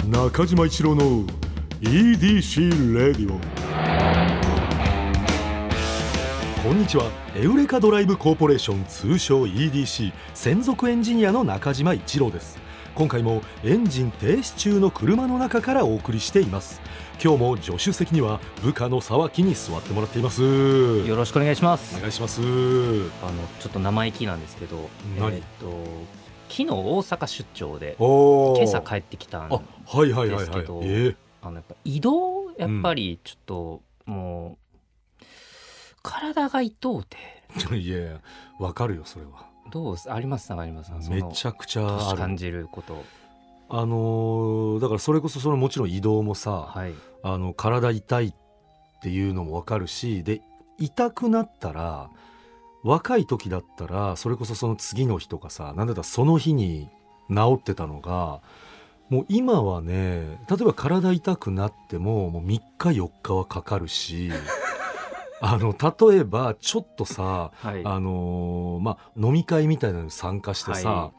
中島一郎の EDC レディオ。こんにちは。エウレカドライブコーポレーション、通称 EDC 専属エンジニアの中島一郎です。今回もエンジン停止中の車の中からお送りしています。今日も助手席には部下の沢木に座ってもらっています。 よろしくお願いします。 お願いします。 ちょっと生意気なんですけど、 何？ 昨日大阪出張で今朝帰ってきたんですけど、やっぱ移動やっぱりちょっともう体が痛うていやわかるよ。それはどうありますか？ めちゃくちゃある。 感じること。 だからそれこそもちろん移動もさ、 はい、 体痛いっていうのもわかるし、で痛くなったら若い時だったらそれこそその次の日とかさ、なんだったらその日に治ってたのが、もう今はね、例えば体痛くなっても3日4日はかかるし例えばちょっとさ、 はい、 飲み会みたいなのに参加してさ、 はい、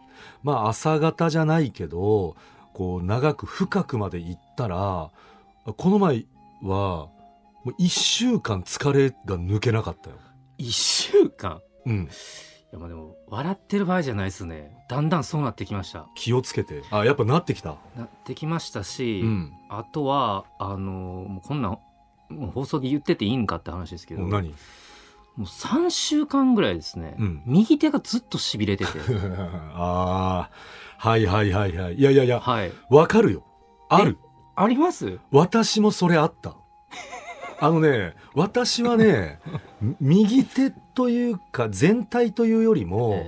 朝方じゃないけどこう長く深くまで行ったら、この前はもう1週間疲れが抜けなかったよ。 1週間？ うん。 いやでも笑ってる場合じゃないですね。だんだんそうなってきました。 気をつけて。やっぱなってきた。 なってきましたし、 うん、 あとはもうこんなんもう放送で言ってていいんかって話ですけど、 何？ もう3週間ぐらいですね、右手がずっとしびれててはいはいはいはい。いや、 はい、 わかるよ。ある。 あります。 私もそれあった私はね右手というか全体というよりも、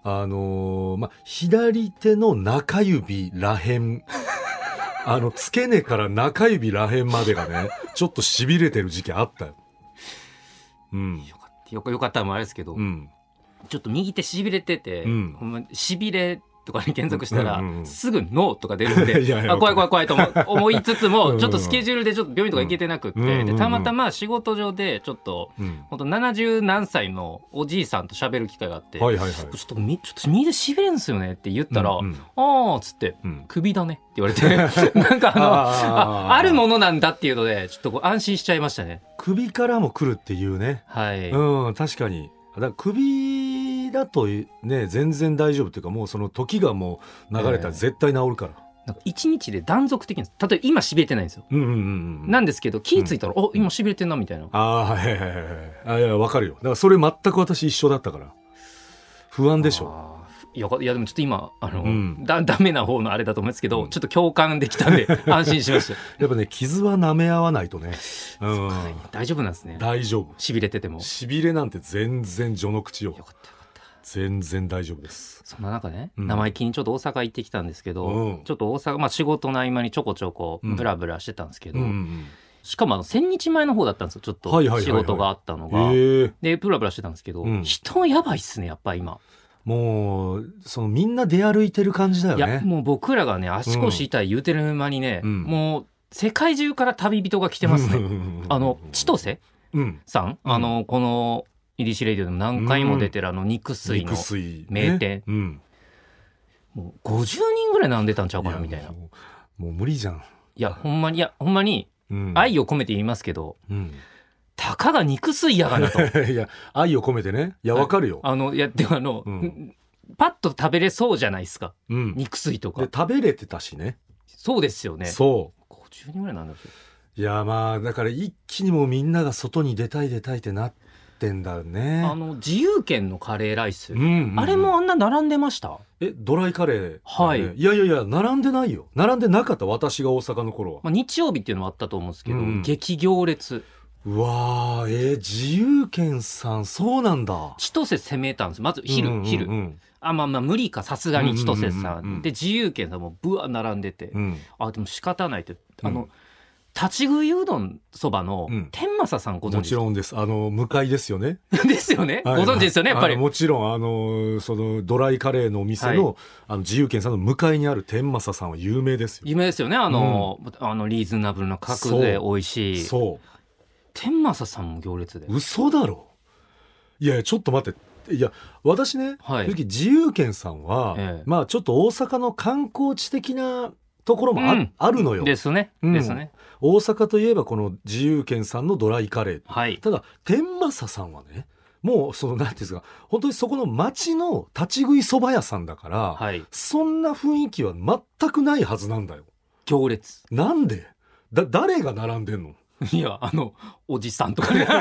左手の中指らへん付け根から中指らへんまでがねちょっとしびれてる時期あったよ。うん、 よかったらもあれですけど、 うん、 ちょっと右手しびれてて、ほんましびれとかに検索したら、すぐノーとか出るんで怖いと思いつつもちょっとスケジュールでちょっと病院とか行けてなくって、でたまたま仕事上でちょっと、ほんと70何歳のおじいさんと喋る機会があって、ちょっと右手しびれんすよねって言ったら、あーっつって、首だねって言われてなんかあるものなんだっていうのでちょっと安心しちゃいましたね。 首からも来るっていうね。はい、確かに。だから首だとね全然大丈夫っていうか、もうその時がもう流れたら絶対治るから。 なんか1日で断続的に、例えば今しびれてないんですよ、なんですけど気ぃついたら、今しびれてんなみたいな。 いや分かるよ。だからそれ全く私一緒だったから不安でしょ。 いやでもちょっと今ダメな方のあれだと思うんですけど、ちょっと共感できたんで安心しましたやっぱね、傷は舐め合わないとね、 大丈夫なんですね。 大丈夫。しびれてても。 しびれなんて全然序の口よ。よかった。全然大丈夫です。 そんな中ね、生意気にちょっと大阪行ってきたんですけど、ちょっと大阪、仕事の合間にちょこちょこブラブラしてたんですけど、しかも1000日前の方だったんですよ。ちょっと仕事があったのが、でブラブラしてたんですけど、人やばいっすね、やっぱり今。 もうみんな出歩いてる感じだよね。 いやもう僕らがね足腰痛い言うてる間にね、もう世界中から旅人が来てますね千歳さん、このEDCレディオでも何回も出てる肉水の名店、もう50人ぐらい並んでたんちゃうかなみたいな。 もう無理じゃん。 いやほんまに、愛を込めて言いますけど、たかが肉水やがなといや愛を込めてね。いやわかるよ。 いやでもパッと食べれそうじゃないですか、肉水とかで食べれてたしね。 そうですよね。 そう 50人ぐらいなんですよ。 いやだから一気にもうみんなが外に出たいってなってんだね。 自由軒のカレーライス、あれもあんな並んでました？ ドライカレー、はい、いや並んでないよ。並んでなかった。私が大阪の頃は、 日曜日っていうのもあったと思うんですけど、激行列。 うわー、自由軒さんそうなんだ。 千歳攻めたんです。まず昼、無理かさすがに千歳さん、で自由軒さんもぶわ並んでて、でも仕方ないって、立ち食いうどんそばの天正さんご存知ですか？もちろんです。向かいですよねですよね、ご存知ですよね。やっぱりもちろんそのドライカレーのお店の、自由軒さんの向かいにある天正さんは有名ですよ。 有名ですよね。リーズナブルな価格で美味しい。そう天正さんも行列で。 嘘だろ。いやちょっと待って。いや私ね、自由軒さんは、ちょっと大阪の観光地的なところも あるのよ。 ですね、ですね。 大阪といえばこの自由軒さんのドライカレー、 はい、 ただ天正さんはね、もうそのなんていうんですか、本当にそこの町の立ち食いそば屋さんだから、 はい、 そんな雰囲気は全くないはずなんだよ。 行列なんで誰が並んでんの？ いやおじさんとかね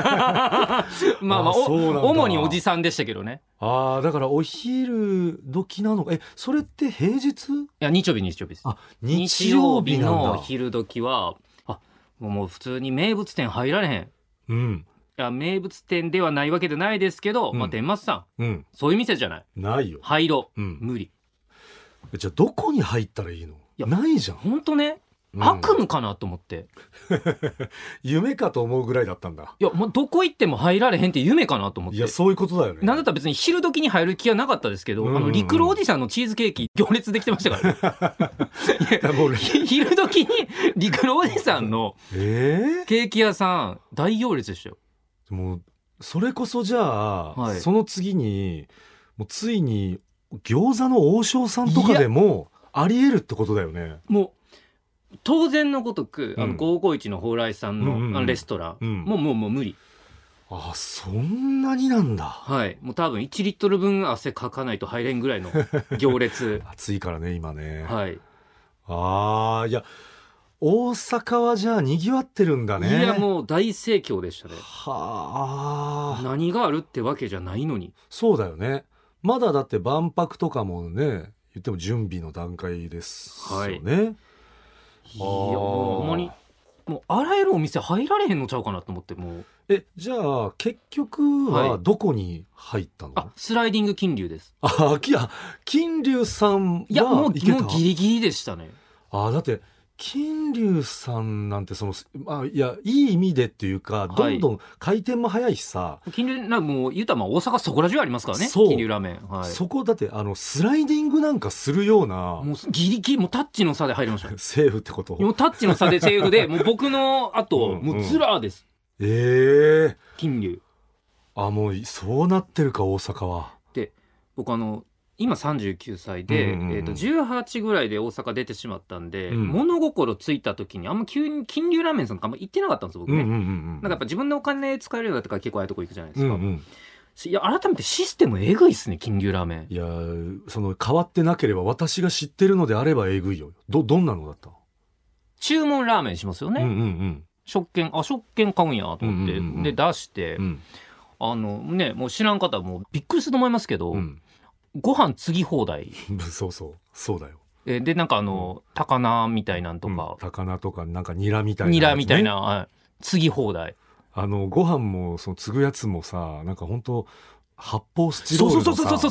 主におじさんでしたけどね。 だからお昼時なのか。それって平日？いや日曜日です。日曜日の昼時はもう普通に名物店入られへん。いや名物店ではないわけでないですけど、天松さん、そういう店じゃないよ。 入ろう、無理。 じゃあどこに入ったらいいの？ないじゃん。 ほんとね、悪夢かなと思って夢かと思うぐらいだったんだ。 いや、どこ行っても入られへんって夢かなと思って。 いやそういうことだよね。 なんだったら別に昼時に入る気はなかったですけど、陸路おじさんのチーズケーキ行列できてましたからね昼時に陸路おじさんのケーキ屋さん大行列でしたよ。 もうそれこそじゃあ、その次にもうついに餃子の王将さんとかでもありえるってことだよね。 もう当然のごとく551の蓬莱さんのレストラン、もう無理。 そんなになんだ。 はい、もう多分1リットル分汗かかないと入れんぐらいの行列暑いからね今ね。 はい。 いや大阪はじゃあ賑わってるんだね。 いやもう大盛況でしたね。何があるってわけじゃないのに。 そうだよね。まだだって万博とかもね言っても準備の段階ですよね。 いやもうほんまにもうあらゆるお店入られへんのちゃうかなと思って。もうじゃあ結局はどこに入ったの？ スライディング金龍です。 金龍さんはもうギリギリでしたね。 だって金龍さんなんていい意味でっていうか、どんどん回転も早いしさ、 金龍もう言うたら大阪そこら中ありますからね。金龍ラーメン、 そこだってスライディングなんかするような、 もうギリギリもうタッチの差で入りましたセーフってこと？ もうタッチの差でセーフでもう僕の後もうズラーです。金龍もうそうなってるか大阪は。 で僕今39歳で、18ぐらいで大阪出てしまったんで、物心ついた時にあんま急に金龍ラーメンさんとかあんま行ってなかったんです僕ね。なんかやっぱ自分でお金使えるようになってから結構ああいうとこ行くじゃないですか。いや改めてシステムえぐいっすね金龍ラーメン。 いや変わってなければ私が知ってるのであればえぐいよ。どんなのだった？ 注文ラーメンしますよね。食券買うんやと思って、で出して、もう知らん方はもうびっくりすると思いますけど、ご飯継ぎ放題そうだよ。 でなんか高菜みたいなんとか、 高菜とかなんかニラみたいな、 継ぎ放題。 ご飯も継ぐやつもさ、なんか本当発泡スチロールの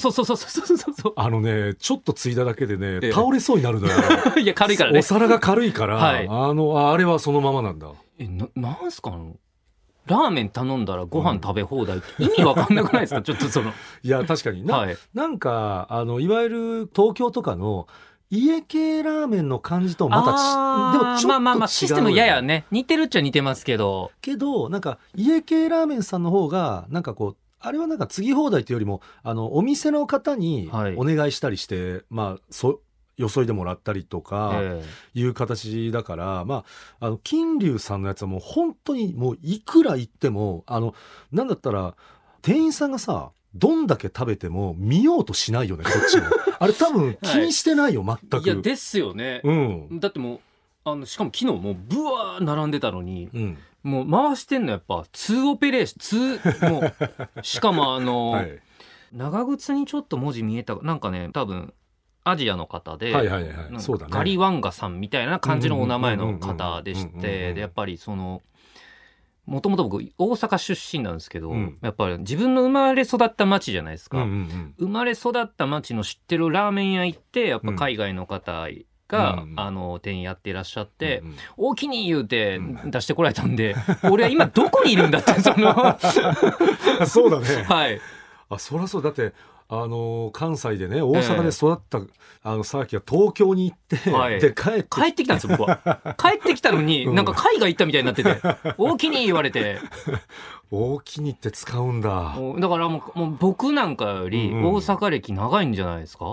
さ、ちょっと継いだだけでね、倒れそうになるのよいや軽いからね、 お皿が軽いから、あれはそのままなんだ。 なんすかラーメン頼んだらご飯食べ放題って意味わかんなくないですか？ちょっといや確かになんかいわゆる東京とかの家系ラーメンの感じとまたでもちょっと違う、 システムややね似てるっちゃ似てますけどなんか家系ラーメンさんの方がなんかあれはなんか継ぎ放題というよりもお店の方にお願いしたりして、よそいでもらったりとかいう形だから、金龍さんのやつはもう本当にもういくら言ってもなんだったら店員さんがさどんだけ食べても見ようとしないよねこっちもあれ多分気にしてないよ、全く。 いやですよね、だってもうしかも昨日もうブワー並んでたのに、もう回してんのやっぱ2オペレーションもうしかも長靴にちょっと文字見えたなんかね多分アジアの方で、ガリワンガさんみたいな感じのお名前の方でして、でやっぱりもともと僕大阪出身なんですけど、やっぱり自分の生まれ育った町じゃないですか、生まれ育った町の知ってるラーメン屋行ってやっぱ海外の方が、店員やっていらっしゃって、大きに言うて出してこられたんで、俺は今どこにいるんだってそうだね。 はいそりゃそうだって。関西でね大阪で育った沢木が東京に行って、で帰ってきたんですよ僕は。帰ってきたのに、なんか海外行ったみたいになってて大きに言われて大きにって使うんだ。 だからもう僕なんかより大阪歴長いんじゃないですか？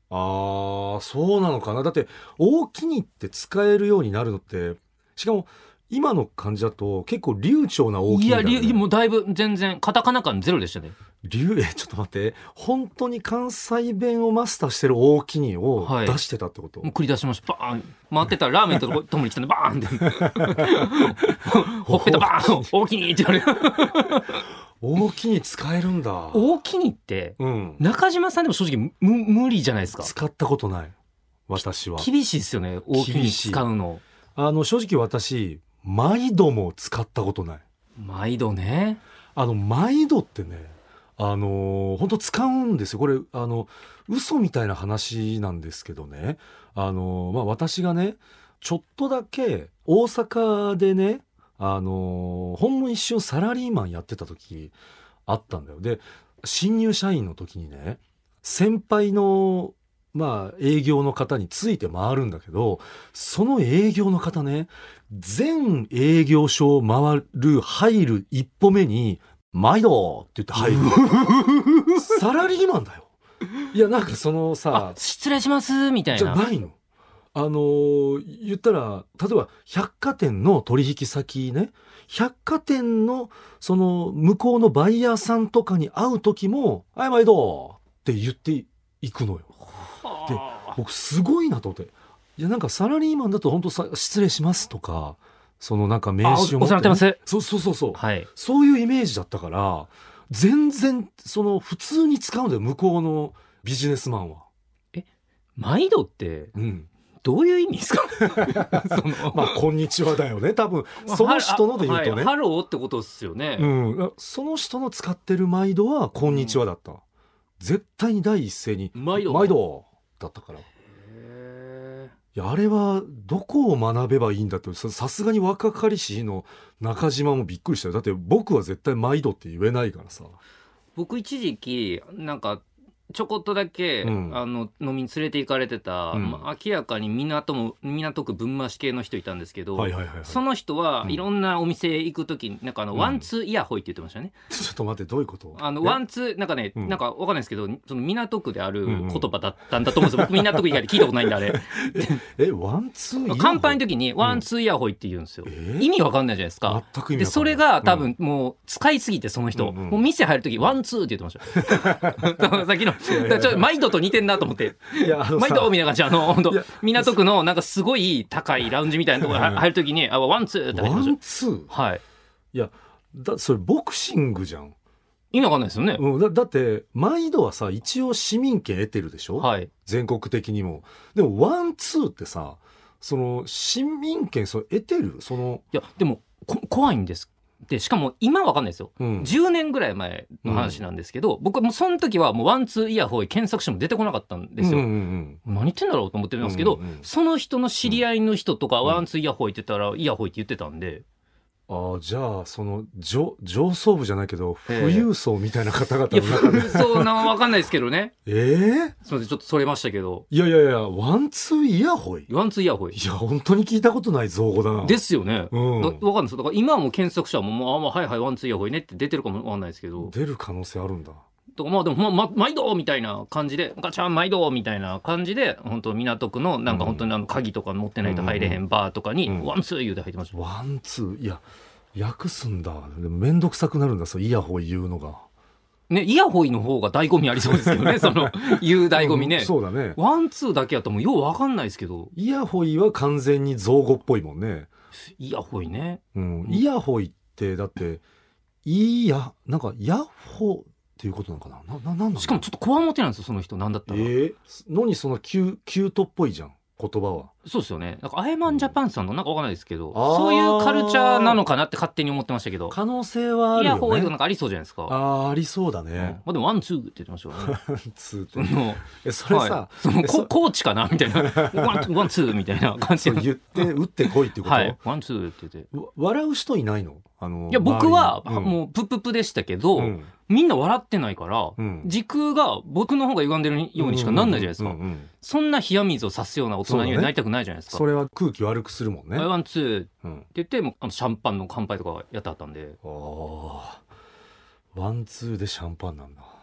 そうなのかな。だって大きにって使えるようになるのって、しかも今の感じだと結構流暢な大きにだよね。 いやもうだいぶ全然カタカナ感ゼロでしたね。 ちょっと待って、本当に関西弁をマスターしてる大きにを出してたってこと？ もう繰り出しました。バーン回ってたらラーメンとともに来たんでバーンってほっぺたバーン大きにって言われる。 大きに使えるんだ。 大きにって、中島さんでも正直無理じゃないですか。 使ったことない私は。 厳しいですよね、大きに使うの。 正直私毎度も使ったことない。 毎度ね。 毎度ってね、本当使うんですよ。これ嘘みたいな話なんですけどね、私がねちょっとだけ大阪でねほんの一瞬サラリーマンやってた時あったんだよ。で新入社員の時にね、先輩の営業の方について回るんだけど、その営業の方ね、全営業所を入る一歩目に毎度って言って入る。サラリーマンだよ。いやなんかそのさ、 失礼しますみたいなじゃないの。言ったら例えば百貨店の取引先ね、百貨店のその向こうのバイヤーさんとかに会う時もはい毎度って言っていくのよ。で僕すごいなと思って、いやなんかサラリーマンだと本当失礼しますとか、そのなんか名刺を持って、ね、 お世話になってます。 そう、 はい、 そういうイメージだったから、全然その普通に使うんだよ向こうのビジネスマンは。 毎度って、どういう意味ですか？ こんにちはだよね多分、その人ので言うとね、 ハローってことですよね。 その人の使ってる毎度はこんにちはだった、絶対に第一声に毎度だったから。いやあれはどこを学べばいいんだって、さすがに若かりしの中島もびっくりしたよ。だって僕は絶対毎度って言えないからさ。 僕一時期なんかちょこっとだけ、飲みに連れて行かれてた、明らかに港区分増し系の人いたんですけど、その人はいろんなお店行く時になんかワンツーイヤホイって言ってましたね。 ちょっと待って、どういうこと？ ワンツーなんかね、なんかわかんないですけど、その港区である言葉だったんだと思うんですよ。僕港区以外で聞いたことないんであれ。 ワンツーイヤホイ？ 乾杯の時にワンツーイヤホイって言うんですよ。意味わかんないじゃないですか。 全く意味わかんない。 でそれが多分もう使いすぎて、その人、もう店入る時ワンツーって言ってました。さっきのちょっと毎度と似てんなと思って、毎度みたいな感じ、本当港区のなんかすごい高いラウンジみたいなところに入るときにワンツーって入りました。 ワンツー？はい。いやそれボクシングじゃん。 意味わかんないですよね。 だって毎度はさ一応市民権得てるでしょ、全国的にも。でもワンツーってさ、その市民権得てる？ いやでも怖いんです。でしかも今は分かんないですよ、10年ぐらい前の話なんですけど、僕はもうその時はもうワンツーイヤホイ検索しても出てこなかったんですよ、何言ってんだろうと思ってますけど、その人の知り合いの人とかワンツーイヤホイって言ったらイヤホイって言ってたんで、 じゃあその上層部じゃないけど富裕層みたいな方々の中で、 そうな分かんないですけどね。 すみません、ちょっとそれましたけど。 いやワンツーイヤホイ、 ワンツーイヤホイ、 いや本当に聞いたことない造語だな。 ですよね、分かんないです。だから今はもう検索者もはいワンツーイヤホイねって出てるかも分かんないですけど、 出る可能性あるんだ。 でも毎度みたいな感じで、ガチャン毎度みたいな感じで、本当港区のなんか本当に鍵とか持ってないと入れへんバーとかにワンツー言うて入ってました。 ワンツー、いや訳すんだ。でもめんどくさくなるんだ、そうイヤホイ言うのがね。イヤホイの方が醍醐味ありそうですけどね。その言う醍醐味ね、 そうだね。 ワンツーだけやともうよう分かんないですけど、 イヤホイは完全に造語っぽいもんね。 イヤホイね、 イヤホイってだってなんかヤッホっていうことなのかな。なんだ。 しかもちょっとこわもてなんですよ、その人。なんだったら何そのキュートっぽいじゃん言葉は。 そうですよね。なんかアイマンジャパンさんのなんかわかんないですけど、そういうカルチャーなのかなって勝手に思ってましたけど、 可能性はあるよね。 イヤホイとなんかありそうじゃないですか。 ありそうだね、 でもワンツーって言ってましたよね。 ワンツーってそれさ、 そのコーチかなみたいなワンツーみたいな感じで言って打ってこいってこと。 ワンツーって言って笑う人いないの？ いや僕はもうプッププでしたけど、みんな笑ってないから、時空が僕の方が歪んでるようにしかなんないじゃないですか。そんな冷や水を差すような大人にはなりたくないじゃないですか。 それは空気悪くするもんね。 ワンツーって言ってシャンパンの乾杯とかやってはったんで。 ワンツーでシャンパンなんだ。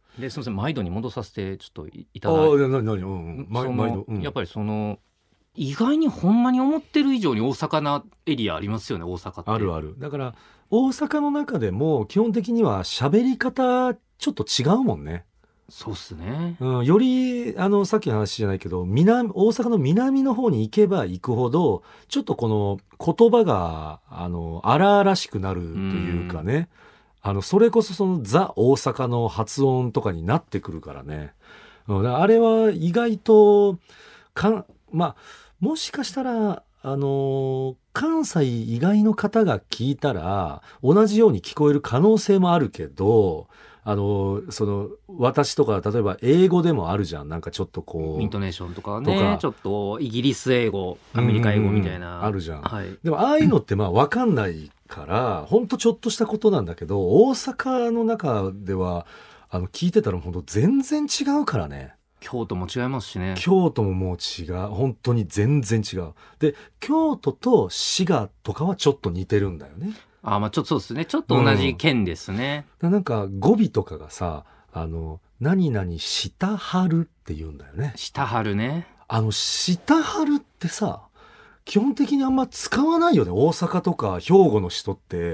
ですみません、毎度に戻させてちょっといただいて、 毎度、 やっぱりその意外にほんまに思ってる以上に大阪なエリアありますよね。大阪ってあるある。だから大阪の中でも基本的には喋り方ちょっと違うもんね。 そうっすね、 よりさっきの話じゃないけど大阪の南の方に行けば行くほどちょっとこの言葉が荒々しくなるというかね、それこそそのザ大阪の発音とかになってくるからね、だからあれは意外ともしかしたら関西以外の方が聞いたら同じように聞こえる可能性もあるけど、その私とか例えば英語でもあるじゃん、なんかちょっとこうイントネーションとかね、ちょっとイギリス英語アメリカ英語みたいな、 あるじゃん、 はい、 でもああいうのって分かんないからほんとちょっとしたことなんだけど、大阪の中では聞いてたらほんと全然違うからね。 京都も違いますしね。 京都ももう違う、本当に全然違う。で京都と滋賀とかはちょっと似てるんだよね。 ちょっとそうですね、ちょっと同じ県ですね、 なんか語尾とかがさ何々したはるって言うんだよね。 したはるね。 したはるってさ基本的にあんま使わないよね、大阪とか兵庫の人って。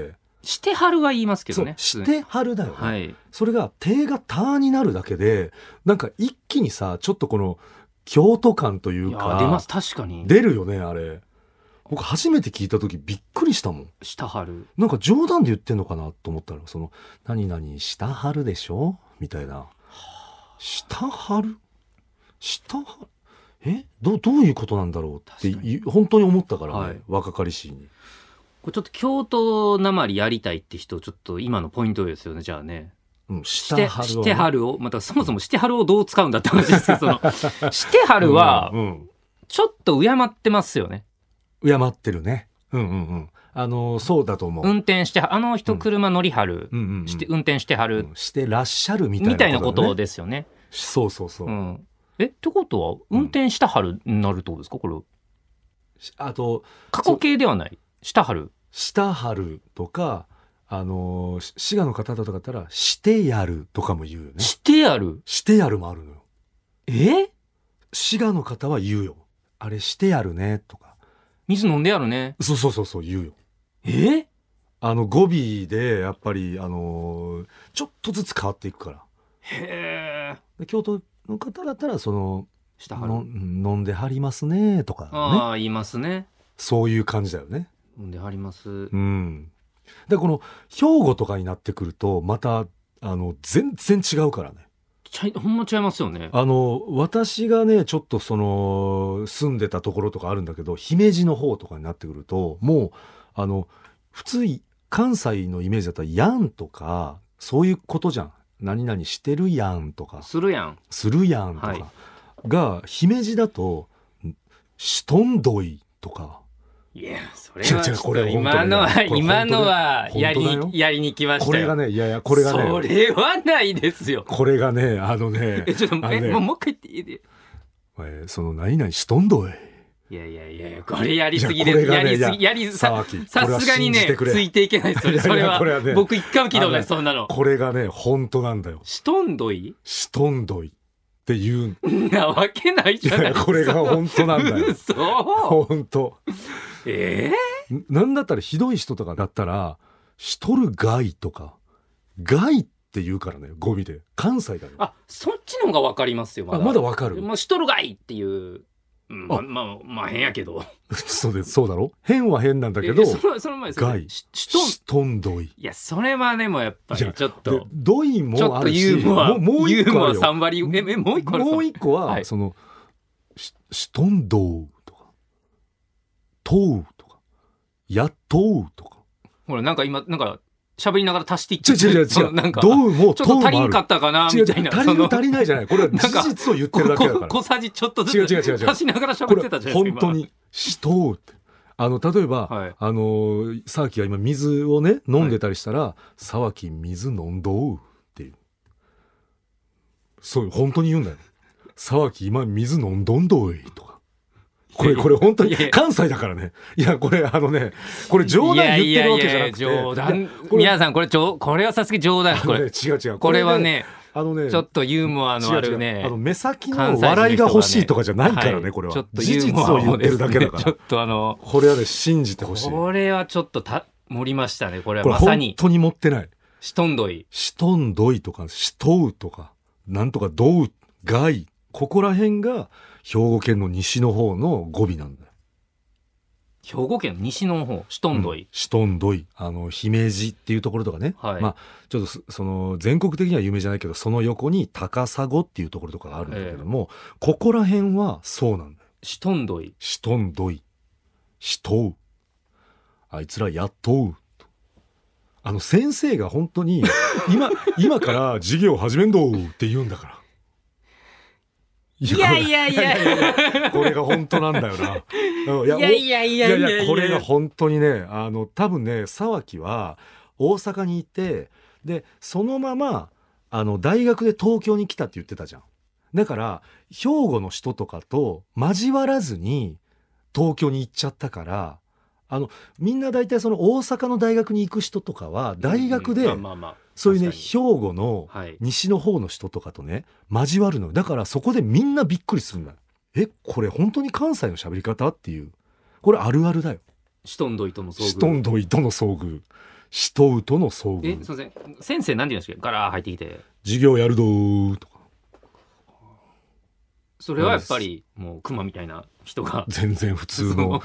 してはるは言いますけどね。 そうしてはるだよね、 はい、 それが手がたになるだけでなんか一気にさちょっとこの京都感というか出ます。確かに出るよね。あれ僕初めて聞いた時びっくりしたもん。 したはる、 なんか冗談で言ってんのかなと思ったらその何々したはるでしょみたいな。したはるしたはるどういうことなんだろうって本当に思ったからね、はい、若かりしいに。 これちょっと京都なまりやりたいって人ちょっと今のポイントですよね。じゃあね、してはるをまたそもそもしてはるをどう使うんだって話ですけどそのしてはるはちょっと敬ってますよね。 敬ってるね。そうだと思う。 運転して人車乗りはる、運転してはる、 してらっしゃるみたいなことですよね。 そうそうそう、 ってことは運転したはるになるってことですか。これあと過去形ではないしたはるとか滋賀の方だったらしてやるとかも言うよね。 してやるもあるのよ。滋賀の方は言うよ。あれしてやるねとか。 水飲んでやるね。 そう言うよ。語尾でやっぱりちょっとずつ変わっていくから。京都の方だったらしたはる飲んではりますねとかね。 言いますね。 そういう感じだよね。 飲んではります。 でこの兵庫とかになってくるとまた全然違うからね。 ほんま違いますよね。 私がねちょっと住んでたところとかあるんだけど姫路の方とかになってくるともう普通関西のイメージだったらやんとかそういうことじゃん。何々してるやんとかするやんとか、が姫路だとしとんどいとか。 いやそれはちょっと今のはやりに来ましたよ。 これがねこれがねそれはないですよ。 これがねちょっともう一回言っていいで何々しとんどい。 いやこれやりすぎです。さすがにねついていけないですよね。それは僕一回も聞いたことない。そんなのこれがね本当なんだよ。 しとんどいっていうなわけないじゃないですか。 これが本当なんだよ。本当。なんだったらひどい人とかだったらしとるがいとかがいって言うからね。語尾で関西だよ。 そっちの方が分かりますよ。 まだ分かる。 しとるがいっていうまあ変やけどそうだろ。変は変なんだけどその前がいしとんどい。 いやそれはねもうやっぱりちょっとどいもあるしユーモア 3 割もう一個はしとんどうとかとうとかやっとうとか。 ほらなんか今なんか喋りながら足していっちゃうなんかどうもちょっと足りんかったかなみたいな。 足りないじゃない。これは事実を言ってるだけだから。 小さじちょっとずつ足しながら喋ってたじゃないですか。 本当にしとうって例えば沢木が今水をね飲んでたりしたら沢木水飲んどうっていう。そう本当に言うんだよ。沢木今水飲んどんどいとか。これ本当に関西だからね。いやこれこれ冗談言ってるわけじゃなくて。 冗談。皆さんこれはさすがに冗談。これ違う。 これはねちょっとユーモアのあるね、 目先の笑いが欲しいとかじゃないからね、 はい、 これはちょっと事実を言ってるだけだから、 ちょっとこれはね信じてほしい。 これはちょっと盛りましたね。これはまさに本当に持ってない。 シトンドイとかシトウとかなんとかドウガイ、ここら辺が兵庫県の西の方の語尾なんだよ。 兵庫県の西の方、シトンドイ、 シトンドイ、姫路っていうところとかね、 はい、 まあちょっとその全国的には有名じゃないけど、その横に高砂っていうところとかがあるんだけども、ここら辺はそうなんだよ。 シトンドイ、 シトンドイ、シトウ、あいつらやっとう、先生が本当に今から授業始めんどって言うんだから。 いやこれが本当なんだよな。 いやこれが本当にね、多分ね沢木は大阪にいて、でそのまま大学で東京に来たって言ってたじゃん。だから兵庫の人とかと交わらずに東京に行っちゃったから、みんな大体その大阪の大学に行く人とかは大学でそういうね兵庫の西の方の人とかとね交わるの。だからそこでみんなびっくりするんだ。これ本当に関西の喋り方っていう、これあるあるだよ。 シトンドイとの遭遇、 シトンドイとの遭遇、シトウとの遭遇。 すいません、先生何て言うんですか、ガラー入ってきて授業やるどーとか。 それはやっぱりもうクマみたいな人が全然普通の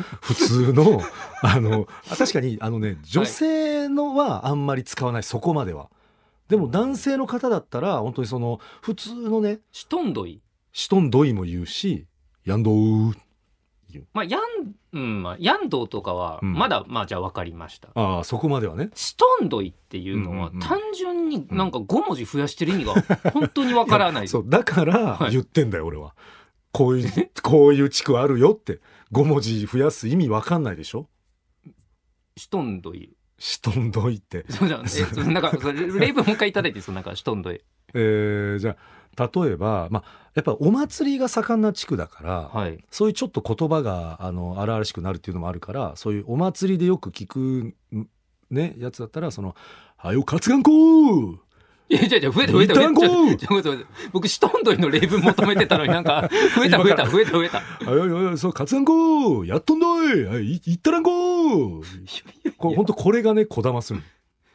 確かに女性のはあんまり使わない、そこまでは。でも男性の方だったら本当にその普通のねシトンドイも言うし、ヤンドー言う。 ヤンドーとかはまだ、じゃあ分かりました。 そこまではね。 シトンドイっていうのは単純になんか5文字増やしてる意味が本当に分からない。 そうだから言ってんだよ、俺は。こういう地区あるよって5文字増やす意味分かんないでしょ。 シトンドイってそうじゃん。なんか例文もう一回いただいていいですか。なんかシトンドイ、 じゃあ例えば、やっぱお祭りが盛んな地区だから、そういうちょっと言葉が荒々しくなるっていうのもあるから、そういうお祭りでよく聞くねやつだったら、はよ活眼光、 いや増えた僕シトンドイの例文求めてたのになんか増えたそう活眼光やっとんどい、いったらんこ本当これがねこだまする。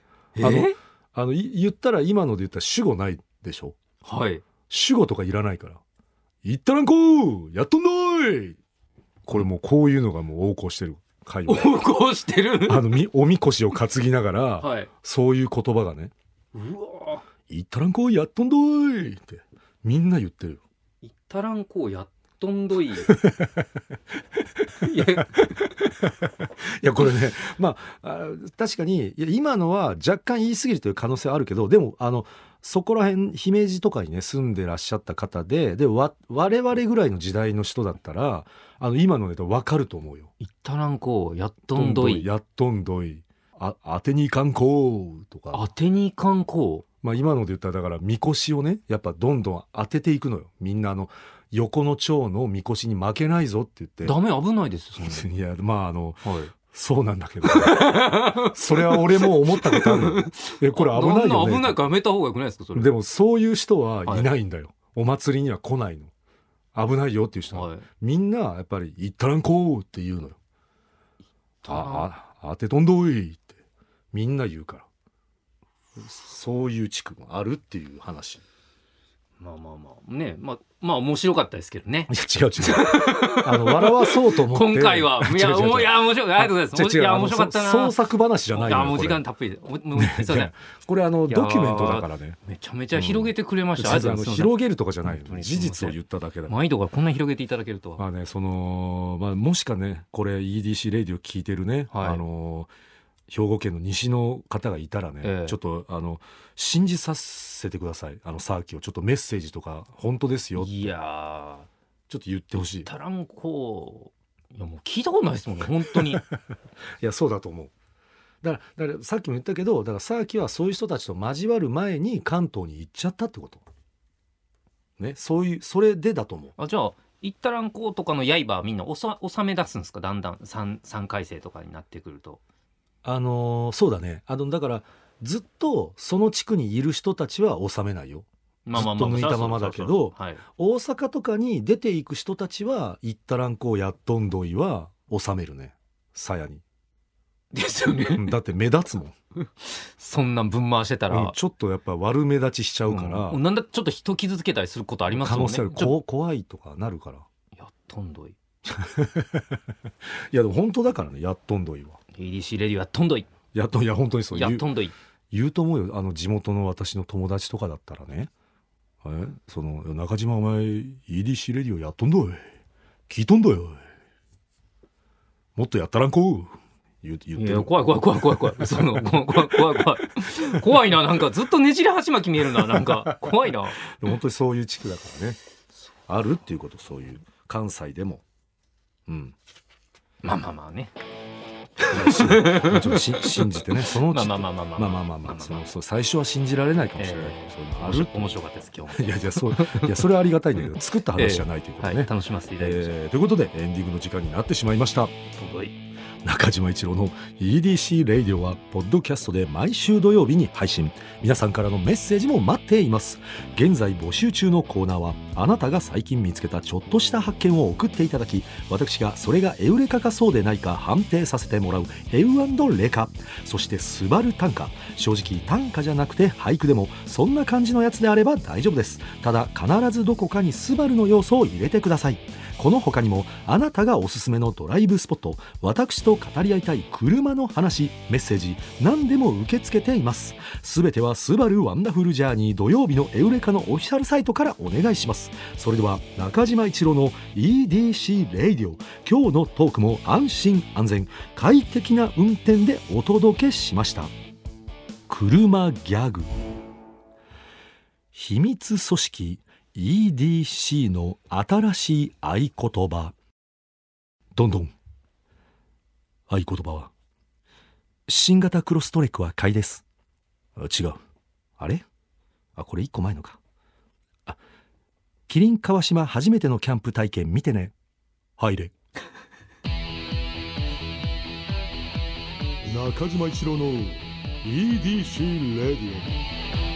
言ったら今ので言ったら主語ないでしょ。主語とかいらないから、いったらんこやっとんどい、これもうこういうのがもう横行してる。 横行してるおみこしを担ぎながら、そういう言葉がね、いったらんこやっとんどいってみんな言ってる。 いったらんこやっとんどいいやこれね確かに今のは若干言い過ぎるという可能性はあるけど、でもそこら辺姫路とかにね住んでらっしゃった方で我々ぐらいの時代の人だったら今のネタ分かると思うよ。 いったらんこやっとんどい、 やっとんどい、当てにいかんことか。 当てにいかんこ、 今ので言ったらだからみこしをねやっぱどんどん当てていくのよ。みんな横の町のみこしに負けないぞって言って。 ダメ、危ないですそいやそうなんだけどそれは俺も思ったことある。これ危ないよね。 危ないからやめた方がよくないですかそれ。 でもそういう人はいないんだよ、お祭りには来ないの。危ないよっていう人は、みんなやっぱりいったらんこって言うのよ。当てとんどいってみんな言うから、そういう地区もあるっていう話。 ね、面白かったですけどね。 いや違う笑わそうと思って今回は面白い、ありがとうございます。面白かったな。 創作話じゃないよ。 もう時間たっぷりでこれドキュメントだからね。 めちゃめちゃ広げてくれました。 広げるとかじゃないの、事実を言っただけだ。 毎度がこんな広げていただけるとは。 もしかねこれ EDC レディオ聞いてるね、兵庫県の西の方がいたらね、ちょっと信じさせてください。サーキをちょっとメッセージとか本当ですよって、ちょっと言ってほしい。 たらんこもう聞いたことないですもんね本当にいやそうだと思う。だからさっきも言ったけど、だからサーキはそういう人たちと交わる前に関東に行っちゃったってことね。それでだと思う。 じゃあいったらんことかの刃はみんな収め出すんですか。だんだん 3回生とかになってくると。 そうだね。だからずっとその地区にいる人たちは収めないよ。 ずっと抜いたままだけど、大阪とかに出ていく人たちは行ったらんこうやっとんどいは収めるね、鞘に。 ですよね。 だって目立つもん。 そんなんぶん回してたら、 ちょっとやっぱ悪目立ちしちゃうから、 なんだちょっと人傷つけたりすることありますもんね。 可能性ある。怖いとかなるから。 やっとんどい。 いやでも本当だからね、やっとんどいは。 EDC レディオやっとんどい。 いや本当にそうやっとんどい。 言うと思うよ。地元の私の友達とかだったらね、その中島お前 EDC レディオやっとんどい、聞いとんどよ、もっとやったらんこ言ってる。いや怖いその怖いな。なんかずっとねじれ鉢巻き見えるな。なんか怖いな。 本当にそういう地区だからね、あるっていうこと。そういう関西でも、まあねもちろん信じてね、そのうちそう最初は信じられないかもしれないけど、そういうのある。 面白かったです今日。 いやそれはありがたいんだけど、作った話じゃないということね、 楽しませていただきました。 ということでエンディングの時間になってしまいました。中島一郎の EDC レイディオはポッドキャストで毎週土曜日に配信。皆さんからのメッセージも待っています。現在募集中のコーナーは、あなたが最近見つけたちょっとした発見を送っていただき、私がそれがエウレカかそうでないか判定させてもらうエウ&レカ。そしてスバル短歌、正直短歌じゃなくて俳句でもそんな感じのやつであれば大丈夫です。ただ必ずどこかにスバルの要素を入れてください。この他にもあなたがおすすめのドライブスポット、私と語り合いたい車の話、メッセージ何でも受け付けています。すべてはスバルワンダフルジャーニー土曜日のエウレカのオフィシャルサイトからお願いします。それでは中島一郎の EDC レイディオ、今日のトークも安心安全快適な運転でお届けしました。車ギャグ。秘密組織EDC の新しい合言葉。どんどん。合言葉は、新型クロストレックは買いです。違う。あれ？これ1個前のか。キリン川島初めてのキャンプ体験見てね。入れ。中島一郎の EDC レディオ。